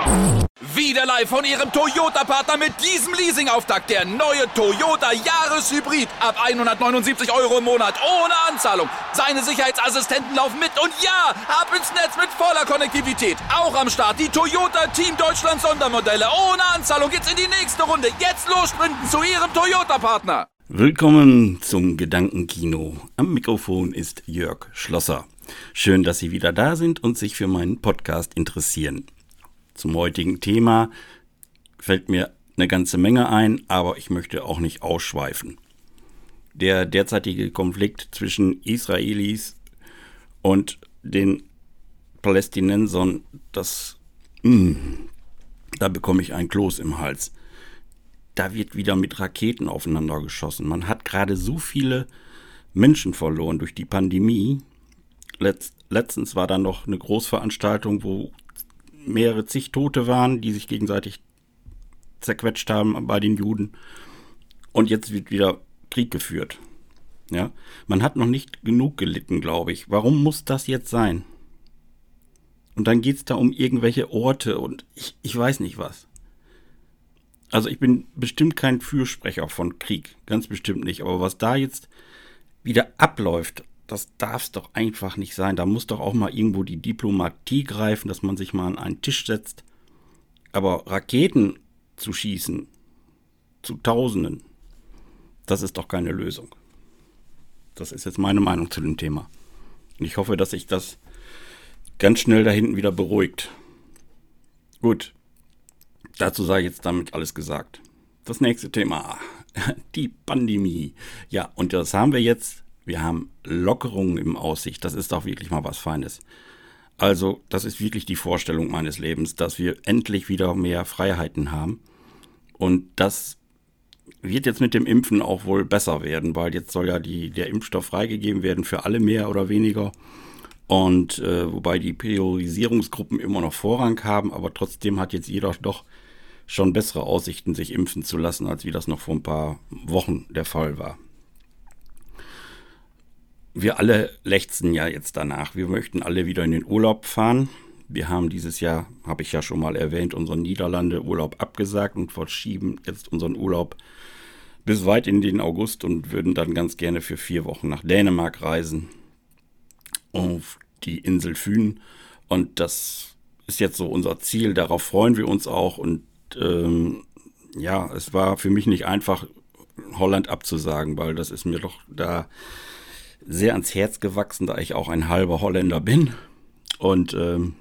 Wieder live von Ihrem Toyota-Partner mit diesem Leasing-Auftakt. Der neue Toyota Jahreshybrid. Ab 179 € im Monat. Ohne Anzahlung. Seine Sicherheitsassistenten laufen mit. Und ja, ab ins Netz mit voller Konnektivität. Auch am Start die Toyota Team Deutschland Sondermodelle. Ohne Anzahlung geht's in die nächste Runde. Jetzt los sprinten zu Ihrem Toyota-Partner. Willkommen zum Gedankenkino. Am Mikrofon ist Jörg Schlosser. Schön, dass Sie wieder da sind und sich für meinen Podcast interessieren. Zum heutigen Thema fällt mir eine ganze Menge ein, aber ich möchte auch nicht ausschweifen. Der derzeitige Konflikt zwischen Israelis und den Palästinensern, da bekomme ich ein Kloß im Hals. Da wird wieder mit Raketen aufeinander geschossen. Man hat gerade so viele Menschen verloren durch die Pandemie. Letztens war da noch eine Großveranstaltung, wo mehrere zig Tote waren, die sich gegenseitig zerquetscht haben bei den Juden. Und jetzt wird wieder Krieg geführt. Ja? Man hat noch nicht genug gelitten, glaube ich. Warum muss das jetzt sein? Und dann geht es da um irgendwelche Orte und ich weiß nicht was. Also ich bin bestimmt kein Fürsprecher von Krieg, ganz bestimmt nicht. Aber was da jetzt wieder abläuft, das darf es doch einfach nicht sein. Da muss doch auch mal irgendwo die Diplomatie greifen, dass man sich mal an einen Tisch setzt. Aber Raketen zu schießen, zu Tausenden, das ist doch keine Lösung. Das ist jetzt meine Meinung zu dem Thema. Und ich hoffe, dass sich das ganz schnell da hinten wieder beruhigt. Gut, dazu sei jetzt damit alles gesagt. Das nächste Thema, die Pandemie. Ja, und das haben wir jetzt. Wir haben Lockerungen im Aussicht. Das ist doch wirklich mal was Feines. Also, das ist wirklich die Vorstellung meines Lebens, dass wir endlich wieder mehr Freiheiten haben. Und das wird jetzt mit dem Impfen auch wohl besser werden, weil jetzt soll ja der Impfstoff freigegeben werden für alle mehr oder weniger. Und wobei die Priorisierungsgruppen immer noch Vorrang haben, aber trotzdem hat jetzt jeder doch schon bessere Aussichten, sich impfen zu lassen, als wie das noch vor ein paar Wochen der Fall war. Wir alle lechzen ja jetzt danach. Wir möchten alle wieder in den Urlaub fahren. Wir haben dieses Jahr, habe ich ja schon mal erwähnt, unseren Niederlande-Urlaub abgesagt und verschieben jetzt unseren Urlaub bis weit in den August und würden dann ganz gerne für 4 Wochen nach Dänemark reisen, auf die Insel Fyn. Und das ist jetzt so unser Ziel. Darauf freuen wir uns auch. Und es war für mich nicht einfach, Holland abzusagen, weil das ist mir doch da sehr ans Herz gewachsen, da ich auch ein halber Holländer bin. Und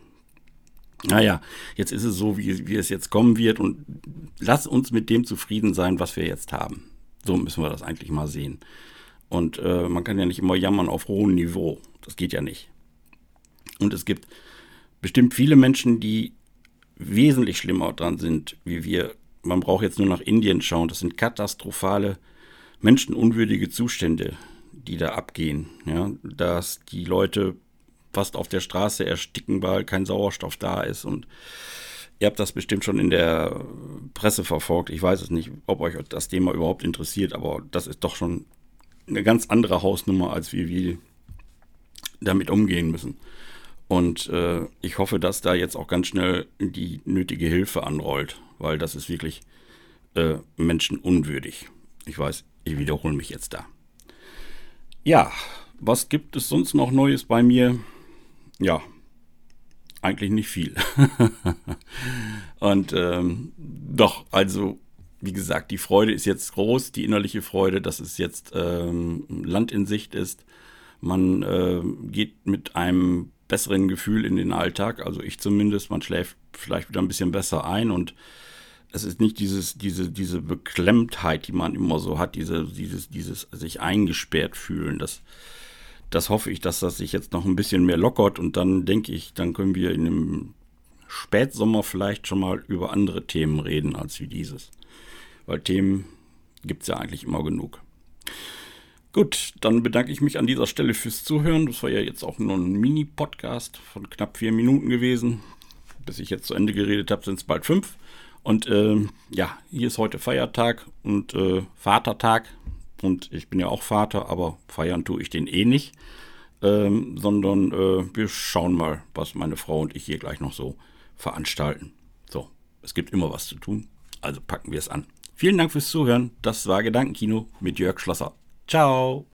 jetzt ist es so, wie es jetzt kommen wird. Und lass uns mit dem zufrieden sein, was wir jetzt haben. So müssen wir das eigentlich mal sehen. Und man kann ja nicht immer jammern auf hohem Niveau. Das geht ja nicht. Und es gibt bestimmt viele Menschen, die wesentlich schlimmer dran sind, wie wir. Man braucht jetzt nur nach Indien schauen. Das sind katastrophale, menschenunwürdige Zustände, die da abgehen, ja, dass die Leute fast auf der Straße ersticken, weil kein Sauerstoff da ist. Und ihr habt das bestimmt schon in der Presse verfolgt. Ich weiß es nicht, ob euch das Thema überhaupt interessiert, aber das ist doch schon eine ganz andere Hausnummer, als wie wir damit umgehen müssen. Und ich hoffe, dass da jetzt auch ganz schnell die nötige Hilfe anrollt, weil das ist wirklich menschenunwürdig. Ich weiß, ich wiederhole mich jetzt da. Ja, was gibt es sonst noch Neues bei mir? Ja, eigentlich nicht viel. Und also wie gesagt, die Freude ist jetzt groß, die innerliche Freude, dass es jetzt Land in Sicht ist. Man geht mit einem besseren Gefühl in den Alltag, also ich zumindest, man schläft vielleicht wieder ein bisschen besser ein und es ist nicht diese Beklemmtheit, die man immer so hat, dieses sich eingesperrt fühlen. Das hoffe ich, dass das sich jetzt noch ein bisschen mehr lockert und dann denke ich, dann können wir in dem Spätsommer vielleicht schon mal über andere Themen reden als wie dieses. Weil Themen gibt es ja eigentlich immer genug. Gut, dann bedanke ich mich an dieser Stelle fürs Zuhören. Das war ja jetzt auch nur ein Mini-Podcast von knapp 4 Minuten gewesen. Bis ich jetzt zu Ende geredet habe, sind es bald 5. Und hier ist heute Feiertag und Vatertag. Und ich bin ja auch Vater, aber feiern tue ich den eh nicht. Sondern wir schauen mal, was meine Frau und ich hier gleich noch so veranstalten. So, es gibt immer was zu tun, also packen wir es an. Vielen Dank fürs Zuhören. Das war Gedankenkino mit Jörg Schlosser. Ciao.